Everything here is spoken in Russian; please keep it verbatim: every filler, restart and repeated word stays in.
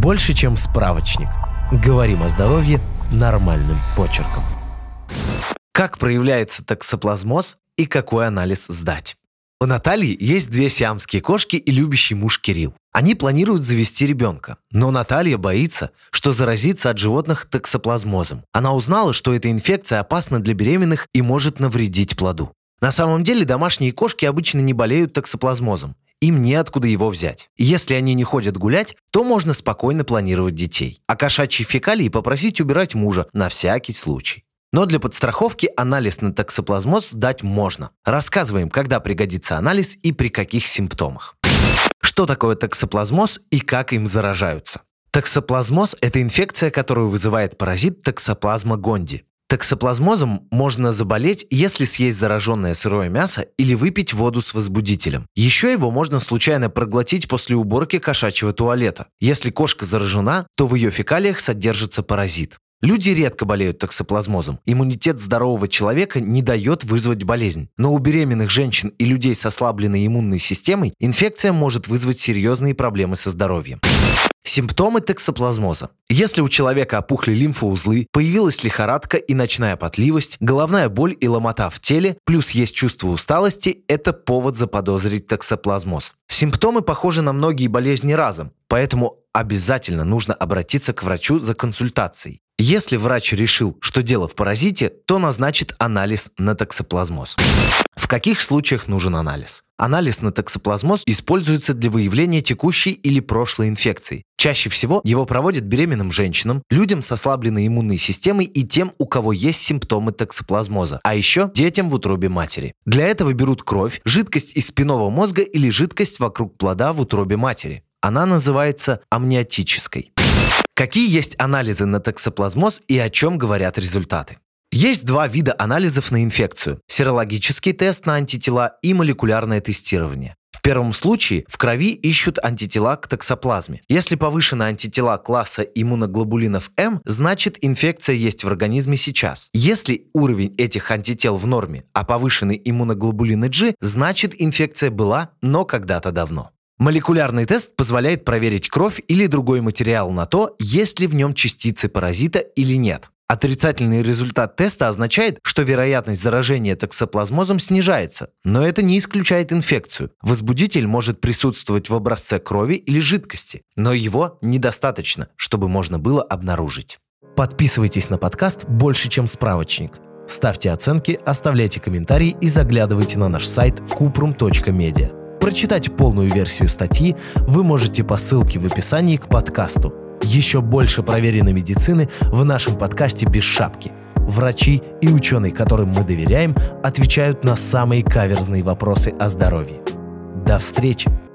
больше, чем справочник. Говорим о здоровье нормальным почерком. Как проявляется токсоплазмоз и какой анализ сдать? У Натальи есть две сиамские кошки и любящий муж Кирилл. Они планируют завести ребенка, но Наталья боится, что заразится от животных токсоплазмозом. Она узнала, что эта инфекция опасна для беременных и может навредить плоду. На самом деле домашние кошки обычно не болеют токсоплазмозом. Им неоткуда его взять. Если они не ходят гулять, то можно спокойно планировать детей. А кошачьи фекалии попросить убирать мужа на всякий случай. Но для подстраховки анализ на токсоплазмоз сдать можно. Рассказываем, когда пригодится анализ и при каких симптомах. Что такое токсоплазмоз и как им заражаются? Токсоплазмоз – это инфекция, которую вызывает паразит Toxoplasma gondii. Токсоплазмозом можно заболеть, если съесть зараженное сырое мясо или выпить воду с возбудителем. Еще его можно случайно проглотить после уборки кошачьего туалета. Если кошка заражена, то в ее фекалиях содержится паразит. Люди редко болеют токсоплазмозом. Иммунитет здорового человека не дает вызвать болезнь. Но у беременных женщин и людей с ослабленной иммунной системой инфекция может вызвать серьезные проблемы со здоровьем. Симптомы токсоплазмоза. Если у человека опухли лимфоузлы, появилась лихорадка и ночная потливость, головная боль и ломота в теле, плюс есть чувство усталости, это повод заподозрить токсоплазмоз. Симптомы похожи на многие болезни разом, поэтому обязательно нужно обратиться к врачу за консультацией. Если врач решил, что дело в паразите, то назначит анализ на токсоплазмоз. В каких случаях нужен анализ? Анализ на токсоплазмоз используется для выявления текущей или прошлой инфекции. Чаще всего его проводят беременным женщинам, людям с ослабленной иммунной системой и тем, у кого есть симптомы токсоплазмоза, а еще детям в утробе матери. Для этого берут кровь, жидкость из спинного мозга или жидкость вокруг плода в утробе матери. Она называется амниотической. Какие есть анализы на токсоплазмоз и о чем говорят результаты? Есть два вида анализов на инфекцию – серологический тест на антитела и молекулярное тестирование. В первом случае в крови ищут антитела к токсоплазме. Если повышены антитела класса иммуноглобулинов М, значит инфекция есть в организме сейчас. Если уровень этих антител в норме, а повышены иммуноглобулины G, значит инфекция была, но когда-то давно. Молекулярный тест позволяет проверить кровь или другой материал на то, есть ли в нем частицы паразита или нет. Отрицательный результат теста означает, что вероятность заражения токсоплазмозом снижается, но это не исключает инфекцию. Возбудитель может присутствовать в образце крови или жидкости, но его недостаточно, чтобы можно было обнаружить. Подписывайтесь на подкаст «Больше, чем справочник». Ставьте оценки, оставляйте комментарии и заглядывайте на наш сайт купрум точка медиа. Прочитать полную версию статьи вы можете по ссылке в описании к подкасту. Еще больше проверенной медицины в нашем подкасте «Без шапки». Врачи и ученые, которым мы доверяем, отвечают на самые каверзные вопросы о здоровье. До встречи!